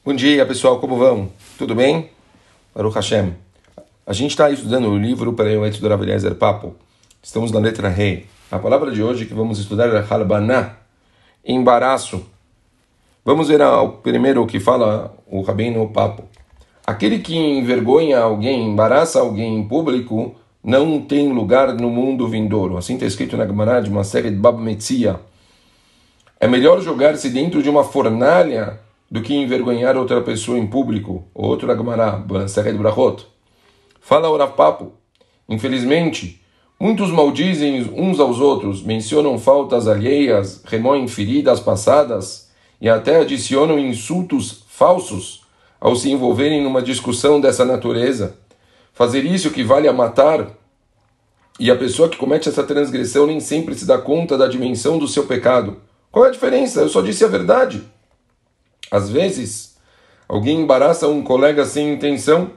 Bom dia, pessoal, como vão? Tudo bem? Baruch Hashem. A gente está estudando o livro para o Etz do Rav Eliezer Papo. Estamos na letra Rei. A palavra de hoje que vamos estudar é Halbaná, embaraço. Vamos ver primeiro o que fala o Rabino Papo. Aquele que envergonha alguém, embaraça alguém em público, não tem lugar no mundo vindouro. Assim está escrito na Gemara de Maseret Baba Metzia. É melhor jogar-se dentro de uma fornalha do que envergonhar outra pessoa em público. Outro Gemara, Maseret Brachot. Fala o Rav Papo. Infelizmente, muitos maldizem uns aos outros, mencionam faltas alheias, remoem feridas passadas e até adicionam insultos falsos ao se envolverem numa discussão dessa natureza. Fazer isso equivale a matar, e a pessoa que comete essa transgressão nem sempre se dá conta da dimensão do seu pecado. Qual é a diferença? Eu só disse a verdade. Às vezes, alguém embaraça um colega sem intenção.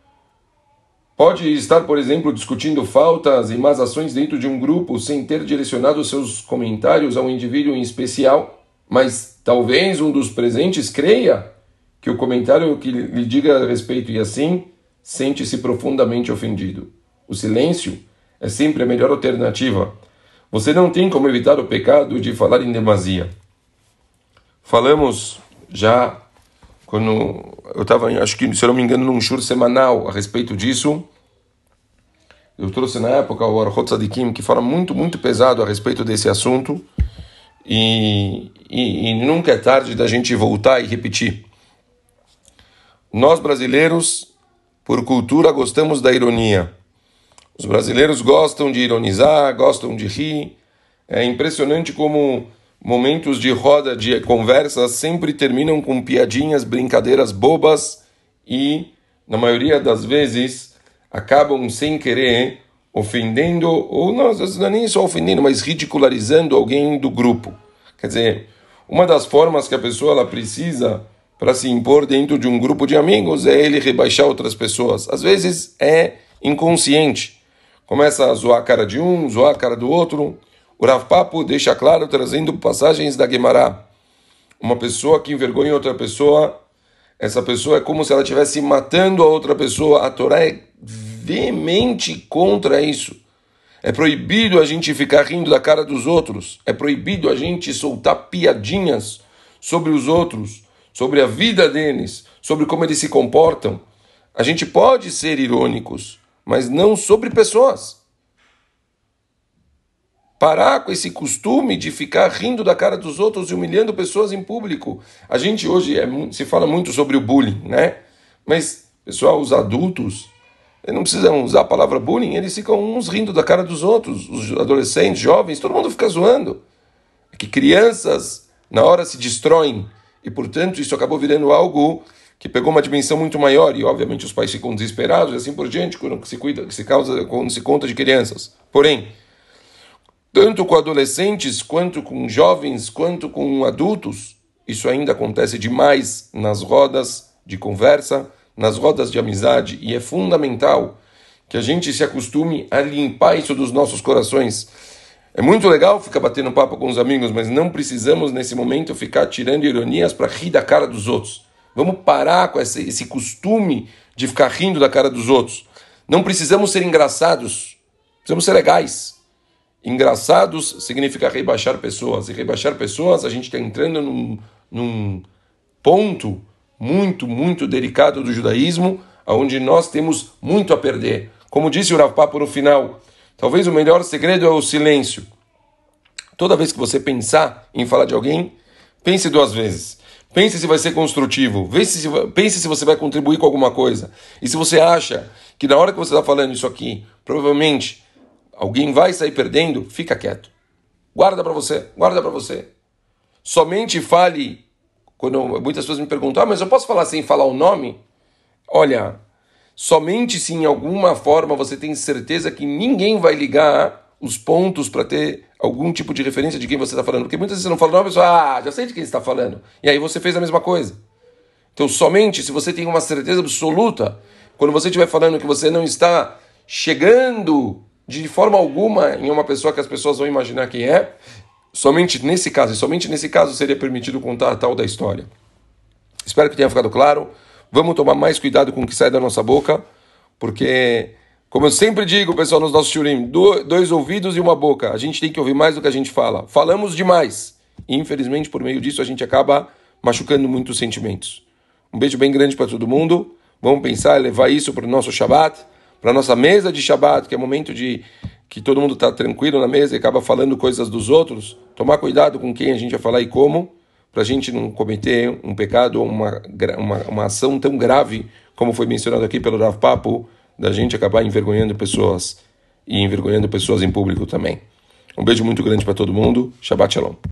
Pode estar, por exemplo, discutindo faltas e más ações dentro de um grupo sem ter direcionado seus comentários a um indivíduo em especial, mas talvez um dos presentes creia que o comentário que lhe diga a respeito e assim sente-se profundamente ofendido. O silêncio é sempre a melhor alternativa. Você não tem como evitar o pecado de falar em demasia. Falamos já quando eu estava, acho que, se eu não me engano, num shur semanal a respeito disso. Eu trouxe na época o Archot Tzadikim, que fala muito, muito pesado a respeito desse assunto. E nunca é tarde da gente voltar e repetir. Nós brasileiros, por cultura, gostamos da ironia. Os brasileiros gostam de ironizar, gostam de rir. É impressionante como momentos de roda de conversa sempre terminam com piadinhas, brincadeiras bobas e, na maioria das vezes, acabam sem querer ofendendo, ou não é nem só ofendendo, mas ridicularizando alguém do grupo. Quer dizer, uma das formas que a pessoa ela precisa para se impor dentro de um grupo de amigos é ele rebaixar outras pessoas. Às vezes é inconsciente. Começa a zoar a cara de um, zoar a cara do outro. O Rav Papo deixa claro, trazendo passagens da Gemara. Uma pessoa que envergonha outra pessoa, essa pessoa é como se ela estivesse matando a outra pessoa. A Torá é veemente contra isso. É proibido a gente ficar rindo da cara dos outros. É proibido a gente soltar piadinhas sobre os outros, sobre a vida deles, sobre como eles se comportam. A gente pode ser irônicos, mas não sobre pessoas. Parar com esse costume de ficar rindo da cara dos outros e humilhando pessoas em público. A gente hoje se fala muito sobre o bullying, né? Mas, pessoal, os adultos, eles não precisam usar a palavra bullying, eles ficam uns rindo da cara dos outros. Os adolescentes, jovens, todo mundo fica zoando. É que crianças, na hora, se destroem. E, portanto, isso acabou virando algo que pegou uma dimensão muito maior. E, obviamente, os pais ficam desesperados e assim por diante quando se conta de crianças. Porém, tanto com adolescentes, quanto com jovens, quanto com adultos, isso ainda acontece demais nas rodas de conversa, nas rodas de amizade, e é fundamental que a gente se acostume a limpar isso dos nossos corações. É muito legal ficar batendo papo com os amigos, mas não precisamos, nesse momento, ficar tirando ironias para rir da cara dos outros. Vamos parar com esse costume de ficar rindo da cara dos outros. Não precisamos ser engraçados, precisamos ser legais. Engraçados significa rebaixar pessoas. E rebaixar pessoas, a gente está entrando num ponto muito, muito delicado do judaísmo, onde nós temos muito a perder. Como disse o Rav Papo no final, talvez o melhor segredo é o silêncio. Toda vez que você pensar em falar de alguém, pense 2 vezes. Pense se vai ser construtivo. Pense se você vai contribuir com alguma coisa. E se você acha que na hora que você está falando isso aqui, provavelmente alguém vai sair perdendo, fica quieto. Guarda para você, guarda para você. Somente fale, quando muitas pessoas me perguntam, mas eu posso falar sem falar o nome? Olha, somente se em alguma forma você tem certeza que ninguém vai ligar os pontos para ter algum tipo de referência de quem você está falando. Porque muitas vezes você não fala o nome, a pessoa, já sei de quem você está falando. E aí você fez a mesma coisa. Então, somente se você tem uma certeza absoluta, quando você estiver falando que você não está chegando de forma alguma em uma pessoa que as pessoas vão imaginar quem é, somente nesse caso seria permitido contar a tal da história. Espero que tenha ficado claro. Vamos tomar mais cuidado com o que sai da nossa boca, porque, como eu sempre digo, pessoal, nos nossos shurim, dois ouvidos e uma boca. A gente tem que ouvir mais do que a gente fala. Falamos demais. E, infelizmente, por meio disso, a gente acaba machucando muitos sentimentos. Um beijo bem grande para todo mundo. Vamos pensar e levar isso para o nosso Shabbat, para a nossa mesa de Shabbat, que é momento de que todo mundo está tranquilo na mesa e acaba falando coisas dos outros. Tomar cuidado com quem a gente vai falar e como, para a gente não cometer um pecado ou uma ação tão grave, como foi mencionado aqui pelo Rav Papo, da gente acabar envergonhando pessoas e envergonhando pessoas em público também. Um beijo muito grande para todo mundo. Shabbat Shalom.